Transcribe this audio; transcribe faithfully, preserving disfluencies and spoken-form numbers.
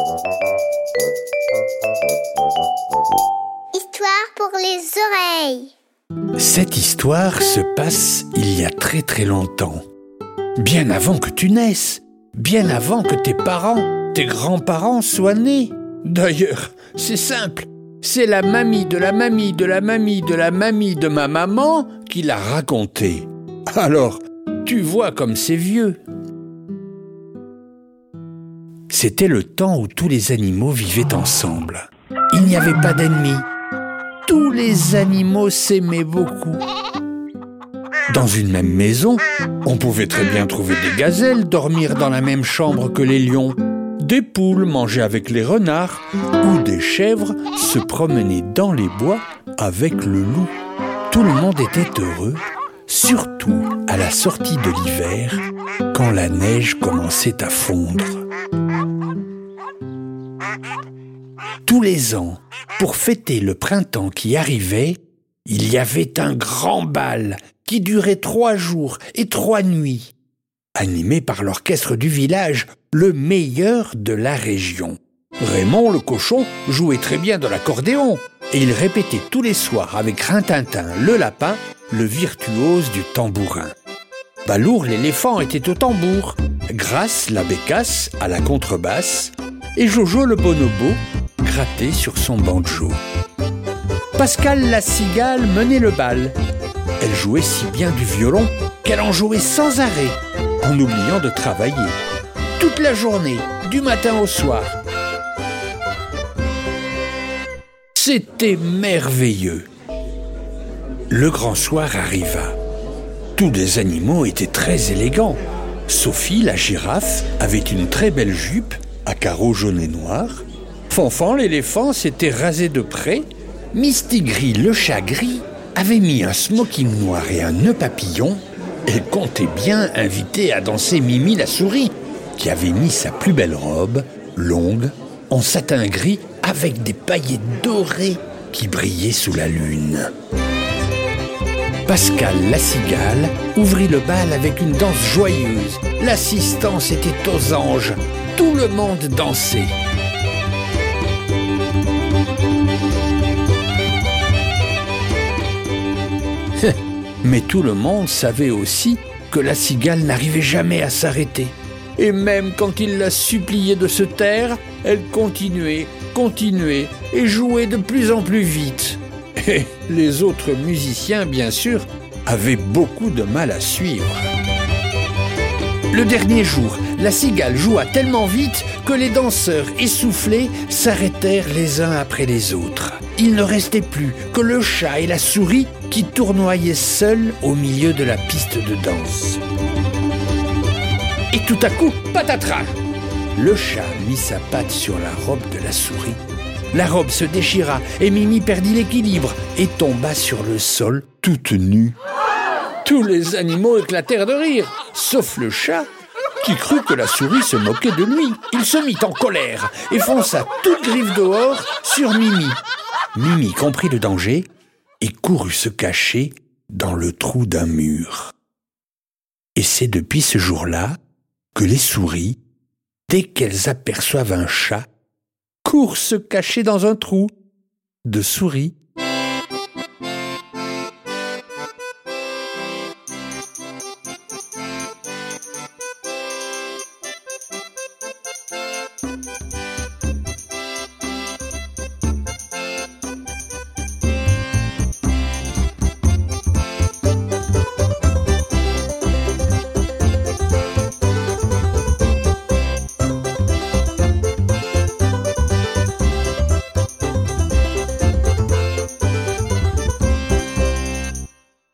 Histoire pour les oreilles. Cette histoire se passe il y a très très longtemps. Bien avant que tu naisses, bien avant que tes parents, tes grands-parents soient nés. D'ailleurs, c'est simple, c'est la mamie de la mamie de la mamie de la mamie de ma maman qui l'a racontée. Alors, tu vois comme c'est vieux. C'était le temps où tous les animaux vivaient ensemble. Il n'y avait pas d'ennemis. Tous les animaux s'aimaient beaucoup. Dans une même maison, on pouvait très bien trouver des gazelles dormir dans la même chambre que les lions, des poules manger avec les renards ou des chèvres se promener dans les bois avec le loup. Tout le monde était heureux, surtout à la sortie de l'hiver, quand la neige commençait à fondre. Tous les ans, pour fêter le printemps qui arrivait, il y avait un grand bal qui durait trois jours et trois nuits, animé par l'orchestre du village, le meilleur de la région. Raymond le cochon jouait très bien de l'accordéon et il répétait tous les soirs avec Rintintin le lapin le virtuose du tambourin. Balourd l'éléphant était au tambour, Grace la bécasse à la contrebasse et Jojo le bonobo grattait sur son banjo. Pascal la cigale menait le bal. Elle jouait si bien du violon qu'elle en jouait sans arrêt, en oubliant de travailler. Toute la journée, du matin au soir. C'était merveilleux. Le grand soir arriva. Tous les animaux étaient très élégants. Sophie, la girafe, avait une très belle jupe à carreaux jaunes et noirs. Fanfan, l'éléphant, s'était rasé de près. Mistigris, le chat gris, avait mis un smoking noir et un nœud papillon. Elle comptait bien inviter à danser Mimi la souris, qui avait mis sa plus belle robe, longue, en satin gris, avec des paillettes dorées qui brillaient sous la lune. Pascal la cigale ouvrit le bal avec une danse joyeuse. L'assistance était aux anges. Tout le monde dansait. Mais tout le monde savait aussi que la cigale n'arrivait jamais à s'arrêter. Et même quand il la suppliait de se taire, elle continuait, continuait et jouait de plus en plus vite. Et les autres musiciens, bien sûr, avaient beaucoup de mal à suivre. Le dernier jour, la cigale joua tellement vite que les danseurs essoufflés s'arrêtèrent les uns après les autres. Il ne restait plus que le chat et la souris qui tournoyaient seuls au milieu de la piste de danse. Et tout à coup, patatras! Le chat mit sa patte sur la robe de la souris. La robe se déchira et Mimi perdit l'équilibre et tomba sur le sol toute nue. Tous les animaux éclatèrent de rire, sauf le chat, qui crut que la souris se moquait de lui. Il se mit en colère et fonça toute griffe dehors sur Mimi. Mimi comprit le danger et courut se cacher dans le trou d'un mur. Et c'est depuis ce jour-là que les souris, dès qu'elles aperçoivent un chat, courent se cacher dans un trou de souris.